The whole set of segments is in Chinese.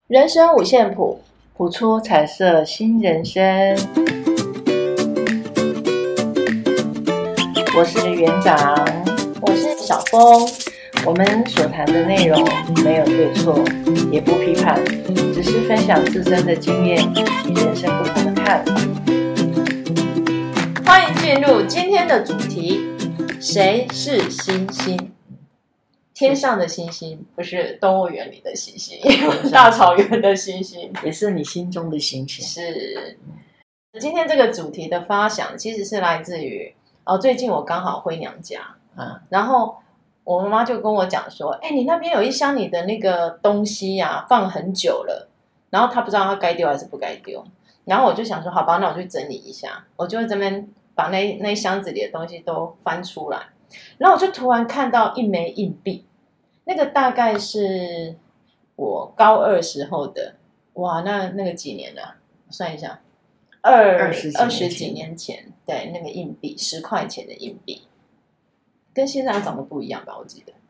人生五线谱， 谱出彩色新人生。我是园长， 我是小峰。 我们所谈的内容没有对错，也不批判，只是分享自身的经验及人生不同的看法。 欢迎进入今天的主题：谁是星星？天上的星星，不是动物园里的星星，大草原的星星， 也是你心中的星星。 是。今天这个主题的发想，其实是来自于最近我刚好回娘家，然后我妈妈就跟我讲说，你那边有一箱你的那个东西啊，放很久了，然后她不知道她该丢还是不该丢，然后我就想说，好吧，那我去整理一下，我就这边把那一箱子里的东西都翻出来，然后我就突然看到一枚硬币，那个大概是我高二时候的，哇，那个几年了？我算一下，20几年前，对，那个硬币，10块钱的硬币。跟现在长得不一样吧？我记得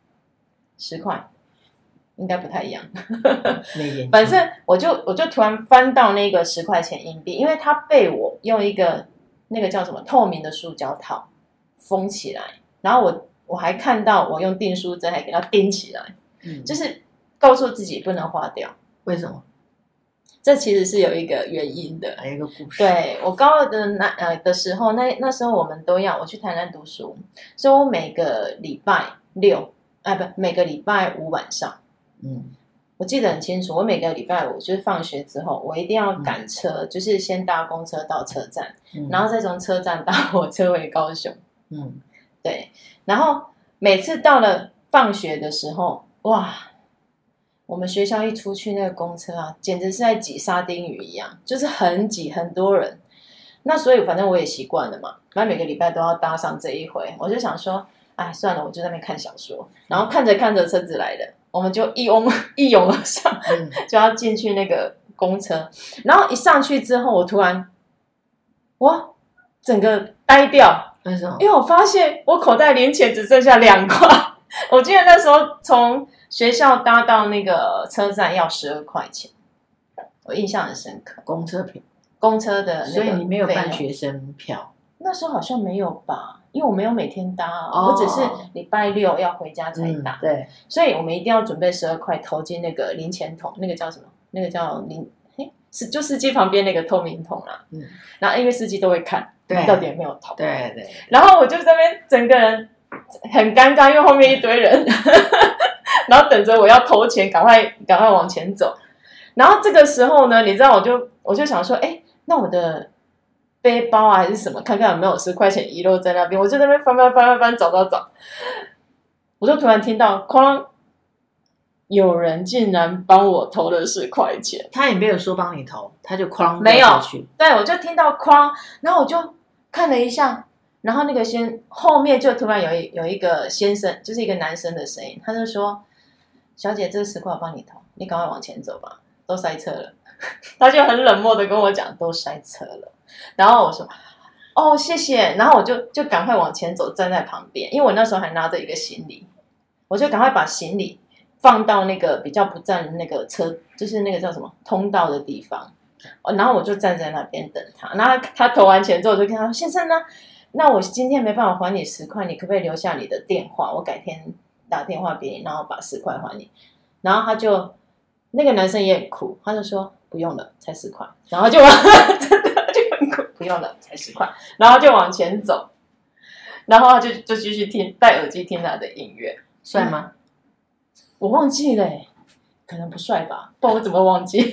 10块应该不太一样。反正我就突然翻到那个10块钱硬币，因为它被我用一个那个叫什么透明的塑胶套封起来，然后我还看到我用订书针还给它钉起来，就是告诉自己不能花掉。 为什么？ 这其实是有一个原因的， 还有一个故事。 对，我高二的时候，那时候我们都要我去台南读书，所以我每个礼拜六，每个礼拜五晚上，我记得很清楚，我每个礼拜五就是放学之后，我一定要赶车，就是先搭公车到车站，然后再从车站搭火车回高雄。对，然后每次到了放学的时候，哇！我们学校一出去那个公车啊，简直是在挤沙丁鱼一样，就是很挤，很多人。那所以反正我也习惯了嘛，反正每个礼拜都要搭上这一回，我就想说，算了，我就在那边看小说，然后看着看着车子来的，我们就一涌而上，就要进去那个公车。然后一上去之后，我突然，哇，整个呆掉， 为什么？ 因为我发现我口袋零钱只剩下2块。我记得那时候从学校搭到那个车站要12块钱，我印象很深刻。公车的那个， 所以你没有办学生票？ 那时候好像没有吧，因为我没有每天搭，我只是礼拜六要回家才搭。 对， 所以我们一定要准备12块投进那个零钱桶，那个叫什么？那个叫就司机旁边那个透明桶啦。然后因为司机都会看，到底有没有投。 对。 然后我就在那边整个人很尴尬，因为后面一堆人。然后等着我要投钱，赶快往前走。然后这个时候呢，你知道，我就想说，那我的背包还是什么，看看有没有10块钱遗落在那边。我就在那边翻，找。我就突然听到哐，有人竟然帮我投了10块钱。 他也没有说帮你投，他就哐没有掉下去。 对，我就听到哐，然后我就看了一下。然后那个后面就突然有一个先生，就是一个男生的声音，他就说：“小姐，这10块我帮你投，你赶快往前走吧，都塞车了。”他就很冷漠的跟我讲：“都塞车了。”然后我说：“哦，谢谢。”然后我就赶快往前走，站在旁边，因为我那时候还拿着一个行李，我就赶快把行李放到那个比较不占那个车，就是那个叫什么通道的地方。然后我就站在那边等他。然后他投完钱之后，我就跟他说：“先生呢？那我今天没办法还你10块，你可不可以留下你的电话？我改天打电话给你，然后把10块还你。”然后那个男生也很酷，他就说不用了，才10块，然后真的就很酷，不用了，才10块，然后就往前走，然后他就继续戴耳机听他的音乐。 帅吗？ 我忘记了可能不帅吧，不知道我怎么忘记。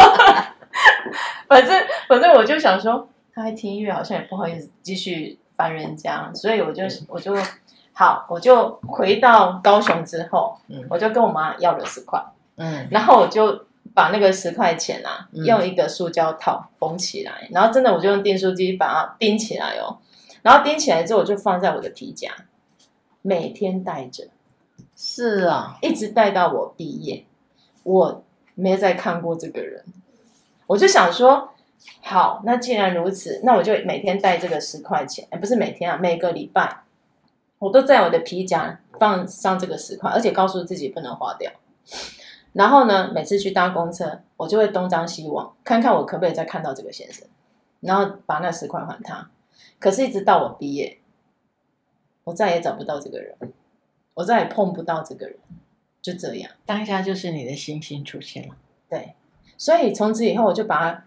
反正我就想说，他还听音乐，好像也不好意思继续烦人家，所以我就回到高雄之后，我就跟我妈要了10块，然后我就把那个10块钱用一个塑胶套封起来，然后真的我就用订书机把它钉起来然后钉起来之后我就放在我的皮夹，每天带着， 是啊， 一直带到我毕业，我没再看过这个人，我就想说。好，那既然如此，那我就每天带这个10块钱，不是每天每个礼拜，我都在我的皮夹放上这个10块，而且告诉自己不能花掉。 然后呢，每次去搭公车，我就会东张西望，看看我可不可以再看到这个先生，然后把那10块还他。可是，一直到我毕业，我再也找不到这个人，我再也碰不到这个人，就这样。 当下就是你的星星出现了。 对，所以从此以后，我就把它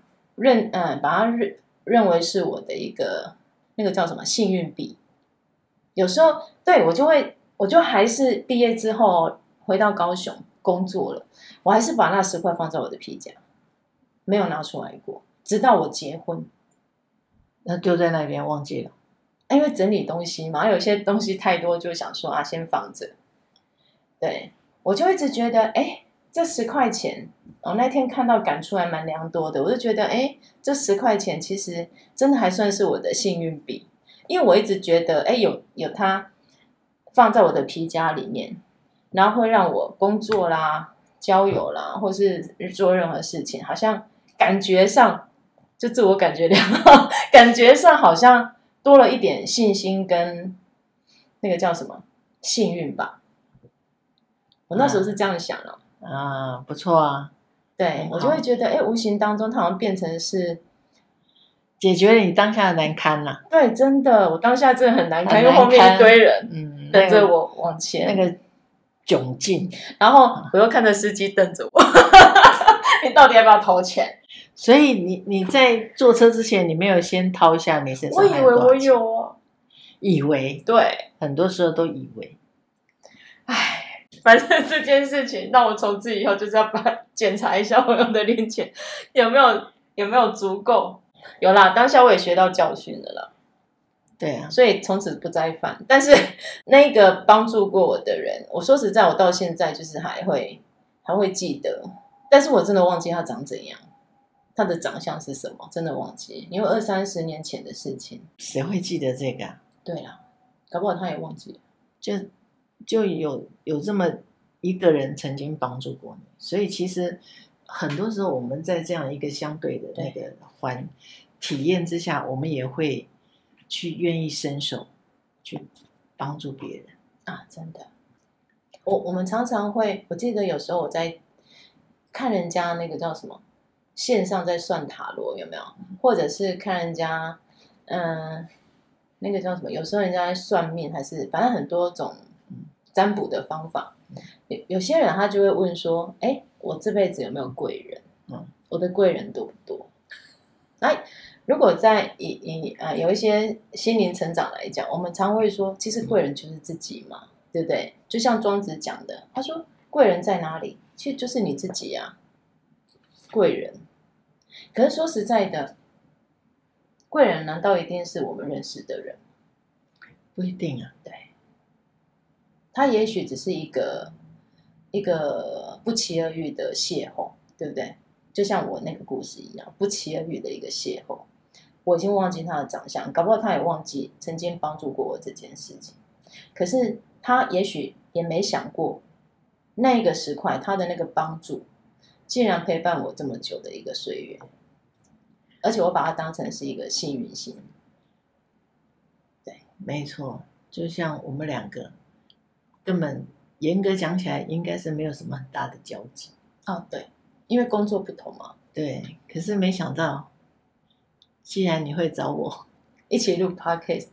认为是我的一个那个叫什么幸运币。有时候，对我就还是毕业之后回到高雄工作了，我还是把那10块放在我的皮夹，没有拿出来过，直到我结婚。 那丢在那边忘记了。 因为整理东西嘛，有些东西太多，就想说先放着。对，我就一直觉得，这10块钱，我那天看到感触还蛮良多的，我就觉得，这10块钱其实真的还算是我的幸运币，因为我一直觉得，有它放在我的皮夹里面，然后会让我工作啦、交友啦，或是做任何事情，好像感觉上就自我感觉良好，感觉上好像多了一点信心跟那个叫什么幸运吧。我那时候是这样想的。 不错啊。 对，我就会觉得，无形当中它好像变成是解决了你当下的难堪啦。 对，真的，我当下真的很难堪，因为后面一堆人等着我往前， 那个窘境， 然后我又看着司机瞪着我，你到底要不要投钱？ 所以你在坐车之前，你没有先掏一下你身上？ 我以为我有啊， 以为， 对， 很多时候都以为。 反正这件事情让我从此以后就是要检查一下我用的零钱有没有足够。有啦，当下我也学到教训了啦。 对啊， 所以从此不再犯。但是那个帮助过我的人，我说实在，我到现在就是还会记得，但是我真的忘记他长怎样，他的长相是什么，真的忘记，因为20-30年前的事情。 谁会记得这个啊？ 对啦，搞不好他也忘记了。 就有这么一个人曾经帮助过你，所以其实很多时候我们在这样一个相对的那个体验之下，我们也会去愿意伸手去帮助别人啊！真的，我们常常会，我记得有时候我在看人家那个叫什么线上在算塔罗，有没有？或者是看人家那个叫什么？有时候人家在算命，还是反正很多种占卜的方法。有些人他就会问说：“我这辈子有没有贵人？我的贵人多不多？”那如果在有一些心灵成长来讲，我们常会说，其实贵人就是自己嘛，对不对？就像庄子讲的，他说贵人在哪里？其实就是你自己啊，贵人。可是说实在的，贵人难道一定是我们认识的人？ 不一定啊。 对，他也许只是一个不期而遇的邂逅，对不对？就像我那个故事一样，不期而遇的一个邂逅。我已经忘记他的长相，搞不好他也忘记曾经帮助过我这件事情。可是他也许也没想过，那个10块他的那个帮助，竟然陪伴我这么久的一个岁月，而且我把它当成是一个幸运星。对， 没错，就像我们两个根本严格讲起来应该是没有什么很大的交集。 对，因为工作不同嘛。 对，可是没想到既然你会找我一起录 podcast，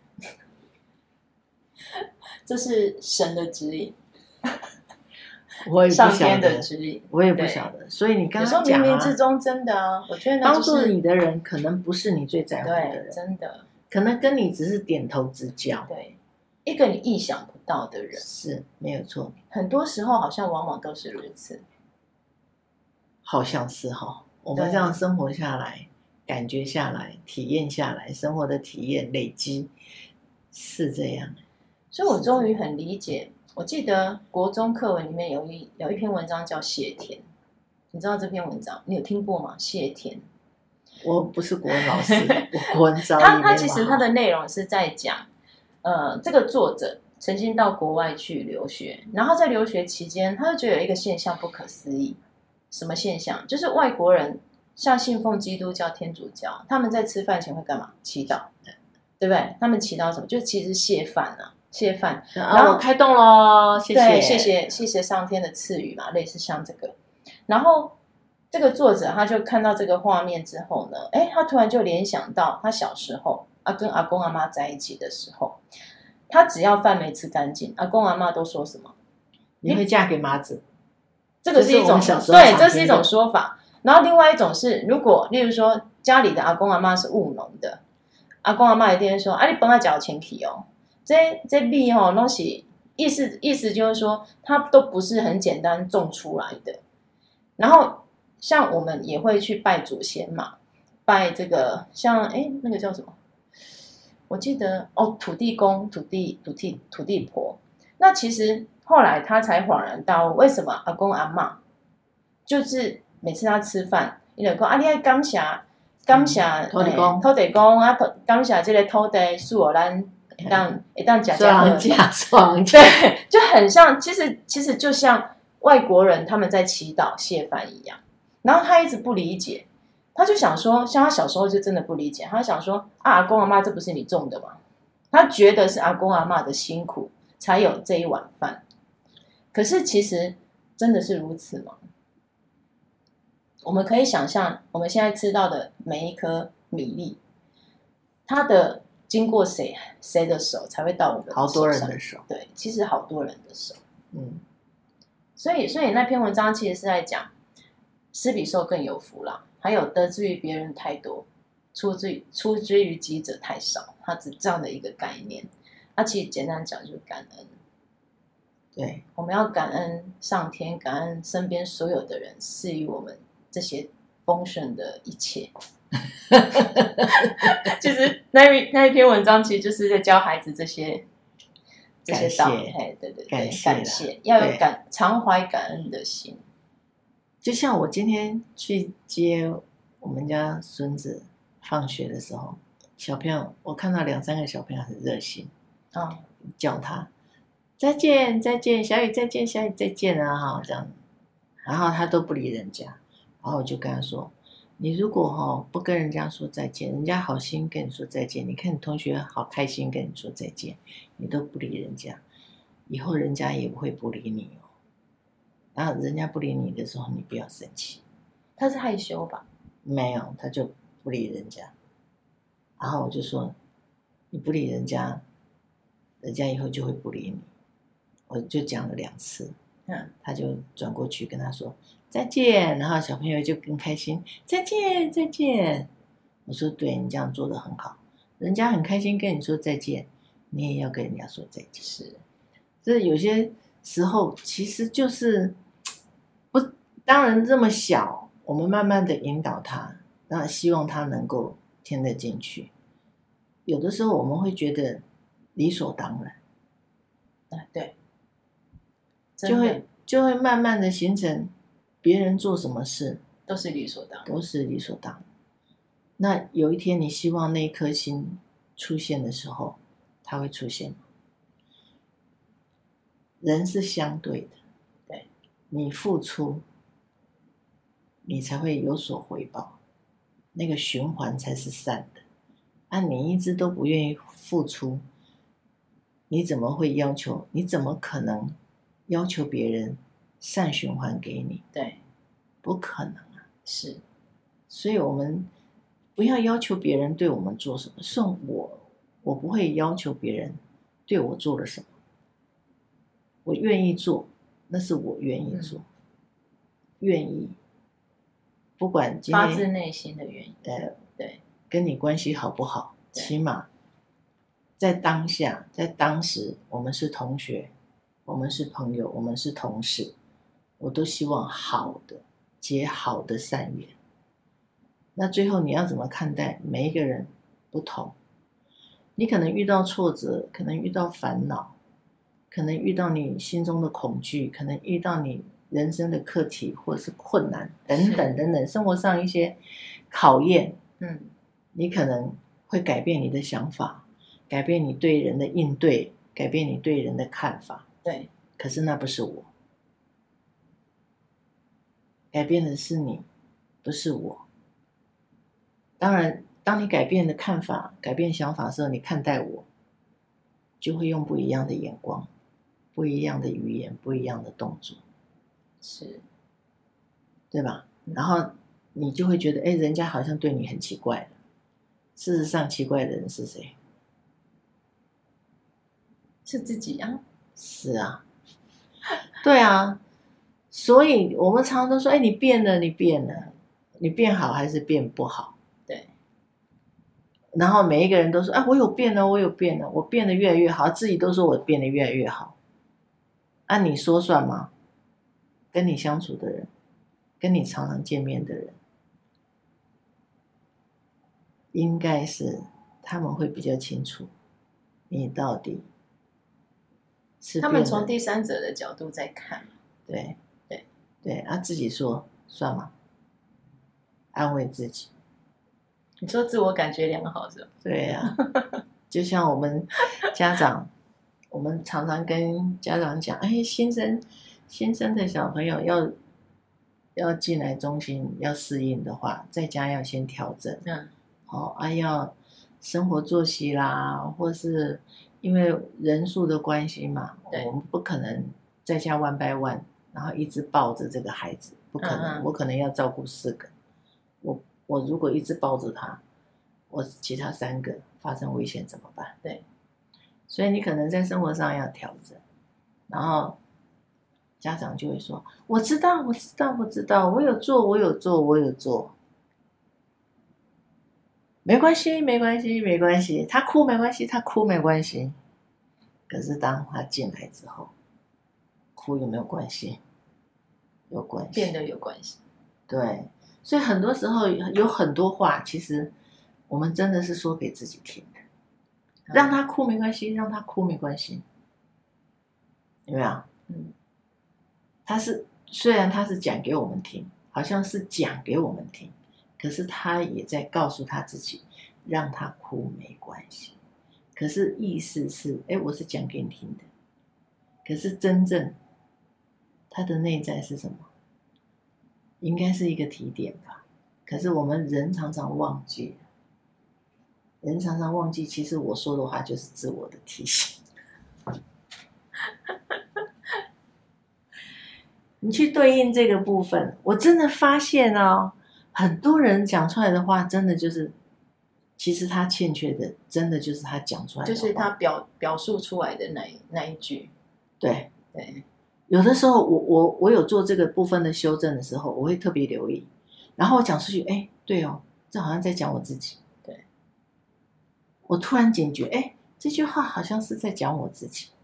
这是神的指引， 我也不晓得， 上天的指引， 我也不晓得。所以你刚刚讲冥冥之中真的啊，我觉得那、 帮助你的人可能不是你最在乎的人， 对，真的， 可能跟你只是点头之交， 对，一个你意想不到的人， 是没有错。 很多时候好像往往都是如此， 好像是哈。我们这样生活下来，感觉下来，体验下来，生活的体验累积是这样。 所以我终于很理解。我记得国中课文里面有一篇文章叫谢天，你知道这篇文章你有听过吗？谢天， 我不是国文老师，我国文造诣他其实他的内容是在讲，这个作者曾经到国外去留学，然后在留学期间，他就觉得有一个现象不可思议。什么现象？就是外国人像信奉基督教、天主教，他们在吃饭前会干嘛？祈祷，对不对？他们祈祷什么？就其实谢饭啊，谢饭。 然后我开动咯，谢谢， 对，谢谢上天的赐予嘛，类似像这个。 然后这个作者他就看到这个画面之后呢，他突然就联想到他小时候跟阿公阿妈在一起的时候，他只要饭没吃干净，阿公阿妈都说什么？ 你会嫁给麻子？ 这个是一种对，这是一种说法。然后另外一种是，如果例如说家里的阿公阿妈是务农的，阿公阿妈一定会说：“啊，你帮他缴钱去哦。”这米哦，东西意思就是说，它都不是很简单种出来的。然后像我们也会去拜祖先嘛，拜这个像那个叫什么？我记得土地公、土地婆。那其实后来他才恍然大悟，为什么阿公阿嬷就是每次他吃饭，伊就讲你爱感谢土地公， 土地公啊，感谢这个土地赐予咱会当吃好，对，就很像，其实就像外国人他们在祈祷谢饭一样。然后他一直不理解，他就想说，像他小时候就真的不理解，他想说阿公阿嬷这不是你种的吗？他觉得是阿公阿嬷的辛苦才有这一碗饭，可是其实真的是如此吗？我们可以想象，我们现在吃到的每一颗米粒，它的经过谁的手才会到我们的手上？ 好多人的手， 对，其实好多人的手。所以那篇文章其实是在讲，施比受更有福啦，还有得之于别人太多，出之于己者太少，它只这样的一个概念。那其实简单讲就是感恩。 对， 我们要感恩上天，感恩身边所有的人赐予我们这些丰盛的一切。其实那一篇文章其实就是在教孩子这些道理。对，感谢要有常怀感恩的心。 就像我今天去接我们家孙子放学的时候，小朋友我看到2-3个小朋友很热心叫他再见再见，小雨再见，小雨再见啊这样，然后他都不理人家，然后我就跟他说，你如果不跟人家说再见，人家好心跟你说再见，你看你同学好开心跟你说再见，你都不理人家，以后人家也会不理你哦。然后人家不理你的时候，你不要生气。 他是害羞吧？ 没有，他就不理人家。然后我就说，你不理人家，人家以后就会不理你。我就讲了2次，他就转过去跟他说再见，然后小朋友就更开心，再见再见。我说对，你这样做得很好，人家很开心跟你说再见，你也要跟人家说再见。 是， 这有些时候其实就是不，当然这么小，我们慢慢的引导他，那希望他能够听得进去。有的时候我们会觉得理所当然， 对， 就会慢慢的形成别人做什么事都是理所当然。 那有一天你希望那一颗心出现的时候，它会出现。人是相对的， 对， 你付出，你才会有所回报，那个循环才是善的。你一直都不愿意付出，你怎么会要求？你怎么可能要求别人善循环给你？ 对， 不可能啊！ 是， 所以我们不要要求别人对我们做什么。算我不会要求别人对我做了什么，我愿意做，那是我愿意做，愿意，不管今天发自内心的愿意。对， 跟你关系好不好，起码在当下，在当时，我们是同学，我们是朋友，我们是同事，我都希望好的，结好的善缘。那最后你要怎么看待？每一个人不同，你可能遇到挫折，可能遇到烦恼，可能遇到你心中的恐惧，可能遇到你人生的课题或者是困难等等等等，生活上一些考验，你可能会改变你的想法，改变你对人的应对，改变你对人的看法。 对， 可是那不是我，改变的是你，不是我。当然，当你改变的看法、改变想法的时候，你看待我，就会用不一样的眼光、不一样的语言、不一样的动作。 是， 对吧？然后你就会觉得，哎，人家好像对你很奇怪了。事实上，奇怪的人是谁？ 是自己啊。 是啊，对啊，所以我们常常都说，哎，你变了，你变了，你变好还是变不好？ 对。 然后每一个人都说，哎，我有变了，我有变了，我变得越来越好，自己都说我变得越来越好。按你说算吗？跟你相处的人，跟你常常见面的人，应该是他们会比较清楚你到底是他们从第三者的角度在看。 对对对啊，自己说算吗？安慰自己。 你说自我感觉良好是吧？ 对呀、就像我们家长，我们常常跟家长讲，哎，新生的小朋友要进来中心要适应的话，在家要先调整。要生活作息啦，或是因为人数的关系嘛，我们不可能在家one by one，然后一直抱着这个孩子，不可能。我可能要照顾4个，我如果一直抱着他，我其他3个发生危险怎么办？ 对， 所以你可能在生活上要调整，然后家长就会说：“我知道，我知道，我有做。”没关系，他哭没关系。可是当他进来之后，哭有没有关系？有关系， 变得有关系。 对，所以很多时候有很多话，其实我们真的是说给自己听的。让他哭没关系，有没有？虽然他是讲给我们听，好像是讲给我们听。可是他也在告诉他自己，让他哭没关系。可是意思是，哎，我是讲给你听的。可是真正他的内在是什么？应该是一个提点吧。可是我们人常常忘记其实我说的话就是自我的提醒。你去对应这个部分，我真的发现哦。很多人讲出来的话，真的就是，其实他欠缺的，真的就是他讲出来的话， 就是他表述出来的那一句。 对对， 有的时候我有做这个部分的修正的时候，我会特别留意，然后我讲出去，哎，对哦，这好像在讲我自己。 对， 我突然警觉，哎，这句话好像是在讲我自己，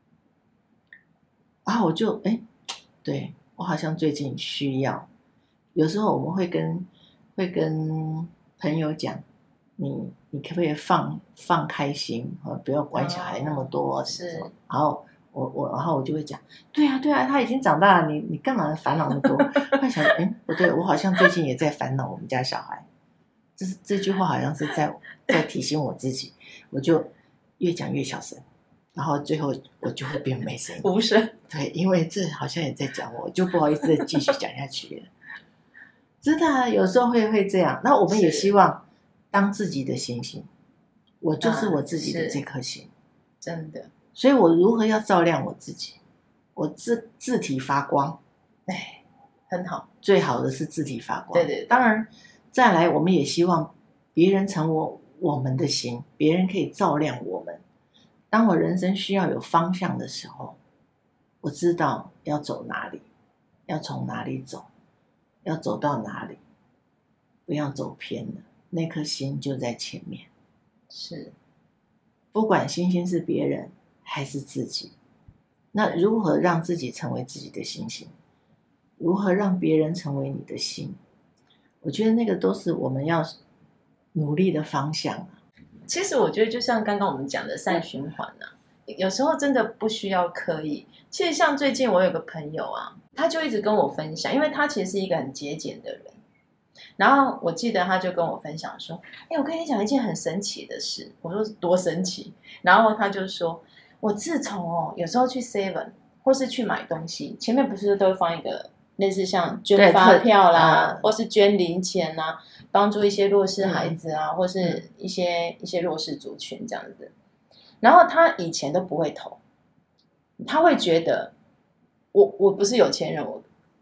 然后我就，哎，对我好像最近需要。有时候我们会跟朋友讲，你可不可以放开心，不要管小孩那么多， 是。 然后我就会讲，对啊，他已经长大了，你干嘛烦恼那么多？会想，哎，不对，我好像最近也在烦恼我们家小孩，这句话好像是在提醒我自己，我就越讲越小声，然后最后我就会变没声音， 无声。 对，因为这好像也在讲我，就不好意思再继续讲下去了。真的啊，有时候会这样。那我们也希望当自己的星星，我就是我自己的这颗星， 真的。 所以我如何要照亮我自己？我自体发光， 哎，很好。 最好的是自体发光。 对， 当然再来，我们也希望别人成为我们的星，别人可以照亮我们。当我人生需要有方向的时候，我知道要走哪里，要从哪里走。要走到哪里，不要走偏了，那颗心就在前面。 是， 不管星星是别人还是自己，那如何让自己成为自己的星星？如何让别人成为你的星？我觉得那个都是我们要努力的方向啊。 其实我觉得就像刚刚我们讲的善循环啊，有时候真的不需要刻意。其实像最近我有个朋友啊，他就一直跟我分享，因为他其实是一个很节俭的人，然后我记得他就跟我分享说，哎，我跟你讲一件很神奇的事。我说多神奇？然后他就说，我自从有时候去 Seven 或是去买东西，前面不是都会放一个类似像捐发票啦，或是捐零钱啦，帮助一些弱势孩子啊，或是一些弱势族群这样子。然后他以前都不会投，他会觉得我不是有钱人，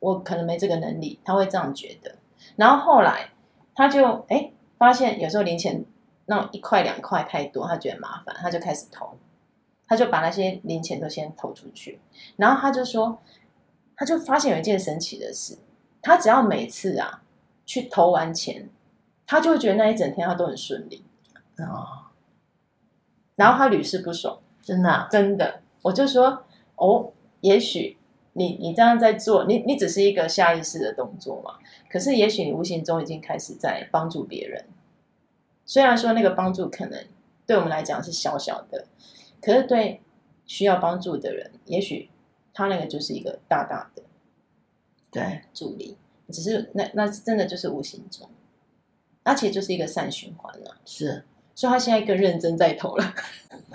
我可能没这个能力，他会这样觉得。然后后来他就发现有时候零钱那种1块2块太多，他觉得麻烦，他就开始投，他就把那些零钱都先投出去。然后他就说，他就发现有一件神奇的事，他只要每次啊去投完钱，他就会觉得那一整天他都很顺利然后他屡试不爽， 真的真的。我就说也许你这样在做，你只是一个下意识的动作嘛，可是也许你无形中已经开始在帮助别人。虽然说那个帮助可能对我们来讲是小小的，可是对需要帮助的人，也许他那个就是一个大大的助力，只是那真的就是无形中，那其实就是一个善循环了。 是， 所以他现在更认真在投了。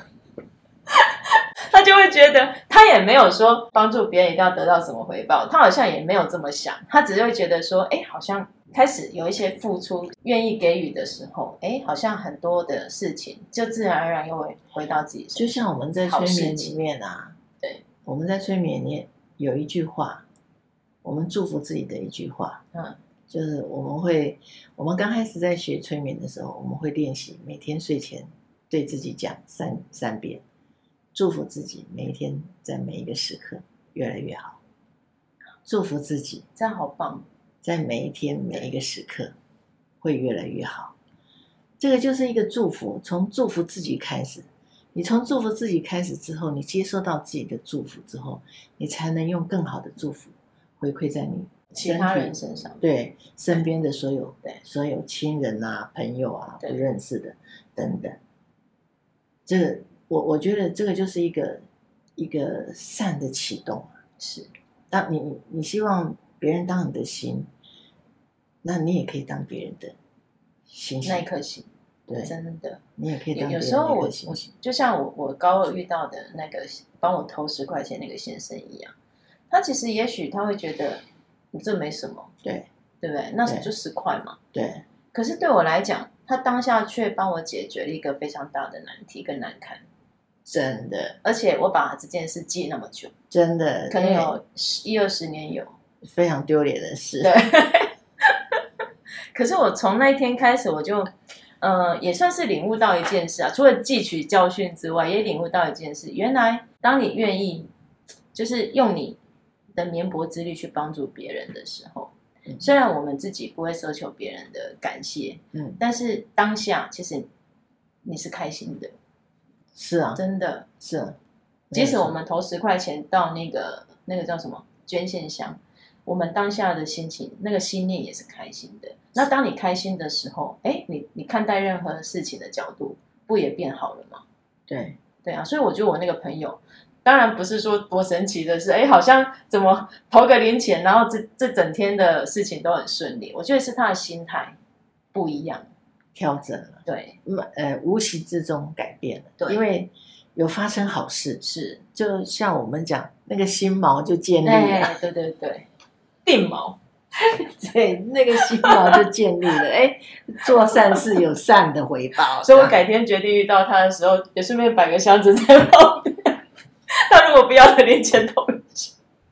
他就会觉得他也没有说帮助别人一定要得到什么回报，他好像也没有这么想，他只是会觉得说好像开始有一些付出愿意给予的时候，好像很多的事情就自然而然又会回到自己身上。 就像我们在催眠里面啊， 对， 我们在催眠里面有一句话，我们祝福自己的一句话，就是我们刚开始在学催眠的时候，我们会练习每天睡前对自己讲三遍，祝福自己每一天在每一个时刻越来越好，祝福自己这样好棒， 在每一天每一个时刻会越来越好。这个就是一个祝福，从祝福自己开始。你从祝福自己开始之后，你接收到自己的祝福之后，你才能用更好的祝福回馈在你其他人身上， 对身边的所有亲人啊、朋友啊、不认识的等等。这个我觉得这个就是一个善的启动。 是， 当你希望别人当你的心，那你也可以当别人的心， 那一颗心。 对， 真的， 你也可以当别人的有时候我心。 就像我高二遇到的那个帮我投10块钱那个先生一样，他其实也许他会觉得你这没什么， 对不对？那就10块嘛。 对。 可是对我来讲，他当下却帮我解决了一个非常大的难题跟难堪。 真的， 而且我把这件事记那么久， 真的可能有10-20年有， 非常丢脸的事。 对。可是我从那一天开始，我就也算是领悟到一件事啊，除了汲取教训之外，也领悟到一件事，原来当你愿意就是用你的绵薄之力去帮助别人的时候，虽然我们自己不会奢求别人的感谢，但是当下其实你是开心的。 是啊， 真的是啊。 即使我们投10块钱到那个叫什么捐献箱，我们当下的心情那个心念也是开心的。那当你开心的时候，你看待任何事情的角度不也变好了吗？ 对对啊，所以我觉得我那个朋友，当然不是说多神奇的是，好像怎么投个零钱，然后这整天的事情都很顺利。我觉得是他的心态不一样， 调整了， 对， 无形之中改变了， 对， 因为有发生好事， 是， 就像我们讲那个心锚就建立了， 对对对，定锚。 对，那个心锚就建立了。做善事有善的回报。 所以我改天决定遇到他的时候，也顺便摆个箱子在旁边。他如果不要的零钱投进去，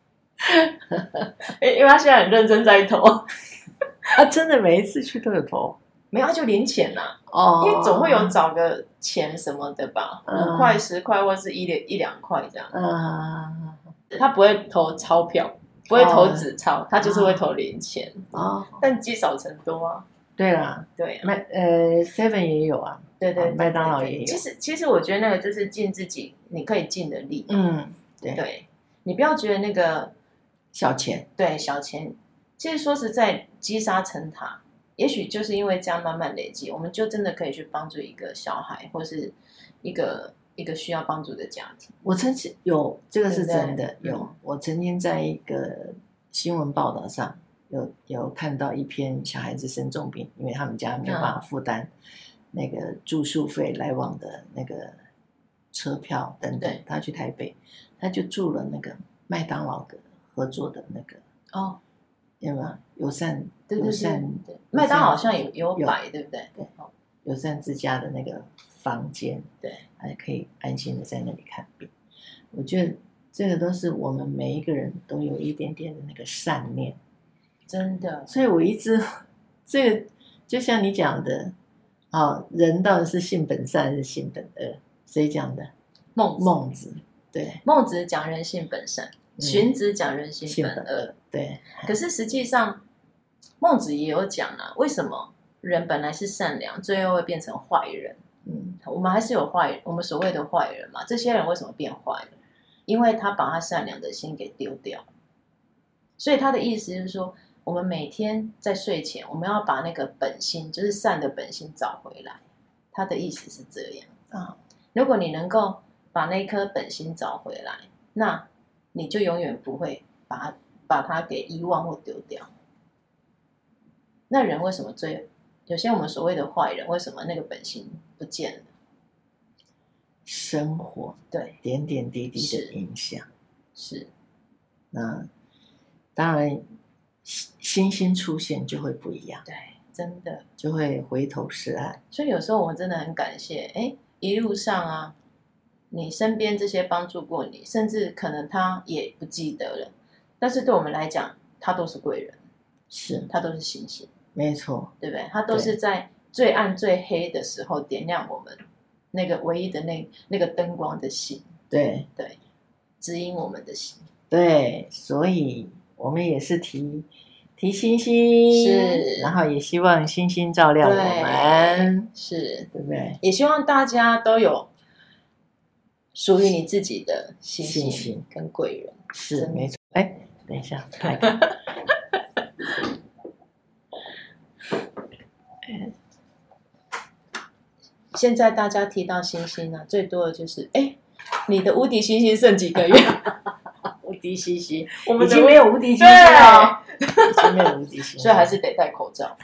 因为他现在很认真在投。 他真的每一次去都有投。 没有，他就零钱啦。因为总会有找个钱什么的吧，5块、10块，或是1、2块这样。他不会投钞票，不会投纸钞，他就是会投零钱。但积少成多啊。 对啦， 对啊 ，7 也有啊， 对， 麦当劳也有。 其实我觉得那个就是尽自己你可以尽的力。 对， 你不要觉得那个小钱， 对小钱，其实说实在，积沙成塔。也许就是因为这样慢慢累积，我们就真的可以去帮助一个小孩，或是一个需要帮助的家庭。 我曾经有，这个是真的对有。我曾经在一个新闻报道上有看到一篇小孩子生重病，因为他们家没有办法负担那个住宿费、来往的那个车票等等，他去台北，他就住了那个麦当劳的合作的那个有没有友善？ 对，麦当劳好像有摆，对不对？ 对，友善之家的那个房间， 对， 还可以安心的在那里看病。我觉得这个都是我们每一个人都有一点点的那个善念， 真的。 所以我一直这个就像你讲的，人到底是性本善还是性本恶？谁讲的？孟子。对， 孟子讲人性本善，荀子讲人性本恶。 对， 可是实际上孟子也有讲啊，为什么人本来是善良，最后会变成坏人？我们还是有坏人，我们所谓的坏人嘛。这些人为什么变坏了？因为他把他善良的心给丢掉。所以他的意思就是说，我们每天在睡前，我们要把那个本心，就是善的本心找回来。他的意思是这样啊。如果你能够把那颗本心找回来，那你就永远不会把它给遗忘或丢掉。那人为什么有些我们所谓的坏人，为什么那个本心不见了？ 生活对点点滴滴的影响是。 那当然星星出现就会不一样， 对，真的就会回头是岸。 所以有时候我们真的很感谢，一路上啊，你身边这些帮助过你，甚至可能他也不记得了，但是对我们来讲，他都是贵人， 是， 他都是星星， 没错， 对不对？他都是在最暗最黑的时候点亮我们那个唯一的那个灯光的心， 对， 指引我们的心。 对，所以我们也是提星星， 是， 然后也希望星星照亮我们， 是， 对不对？ 也希望大家都有属于你自己的星星跟贵人， 是没错。等一下， 现在大家提到星星呢，最多的就是你的无敌星星剩几个月？ 无敌星星， 我们已经没有无敌星星了，已经没有无敌星星， 所以还是得戴口罩。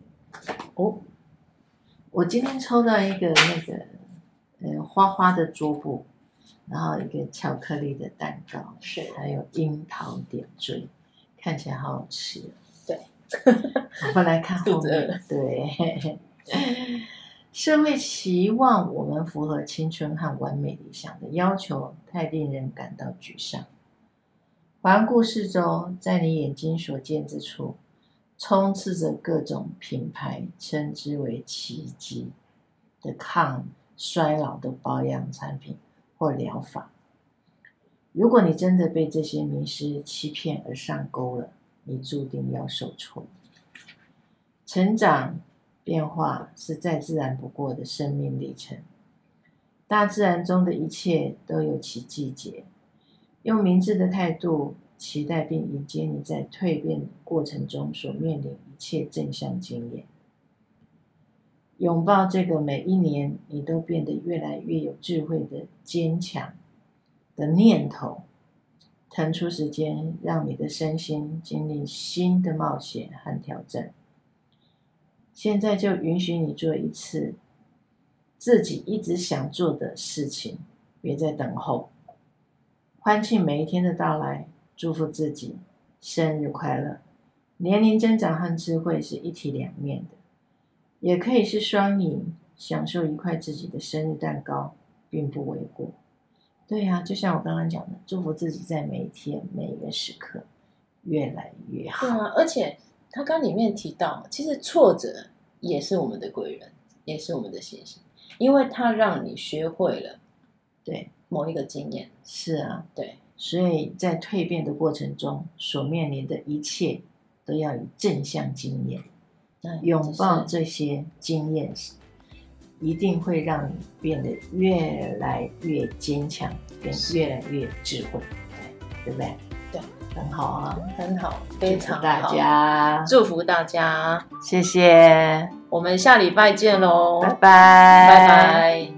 我今天抽到一个那个花花的桌布，然后一个巧克力的蛋糕， 是， 还有樱桃点缀，看起来好好吃。 对， 我们来看后面。对，社会期望我们符合青春和完美理想的要求，太令人感到沮丧。环顾四周，在你眼睛所见之处，充斥着各种品牌称之为奇迹的抗衰老的保养产品或疗法。如果你真的被这些迷失欺骗而上钩了，你注定要受挫。成长变化是再自然不过的生命历程，大自然中的一切都有其季节。用明智的态度期待并迎接你在蜕变过程中所面临一切正向经验，拥抱这个每一年你都变得越来越有智慧的坚强的念头，腾出时间让你的身心经历新的冒险和挑战。现在就允许你做一次自己一直想做的事情，别再等候。欢庆每一天的到来，祝福自己生日快乐。年龄增长和智慧是一体两面的，也可以是双赢，享受一块自己的生日蛋糕并不为过。对啊，就像我刚刚讲的，祝福自己在每一天每一个时刻越来越好。 对啊，而且他刚里面提到，其实挫折也是我们的贵人，也是我们的星星，因为他让你学会了对某一个经验。 是啊， 对， 所以在蜕变的过程中所面临的一切都要以正向经验，拥抱这些经验，一定会让你变得越来越坚强，跟越来越智慧，对不对？ 对， 很好啊， 很好，非常好， 大家祝福大家， 谢谢， 我们下礼拜见喽， 拜拜， 拜拜。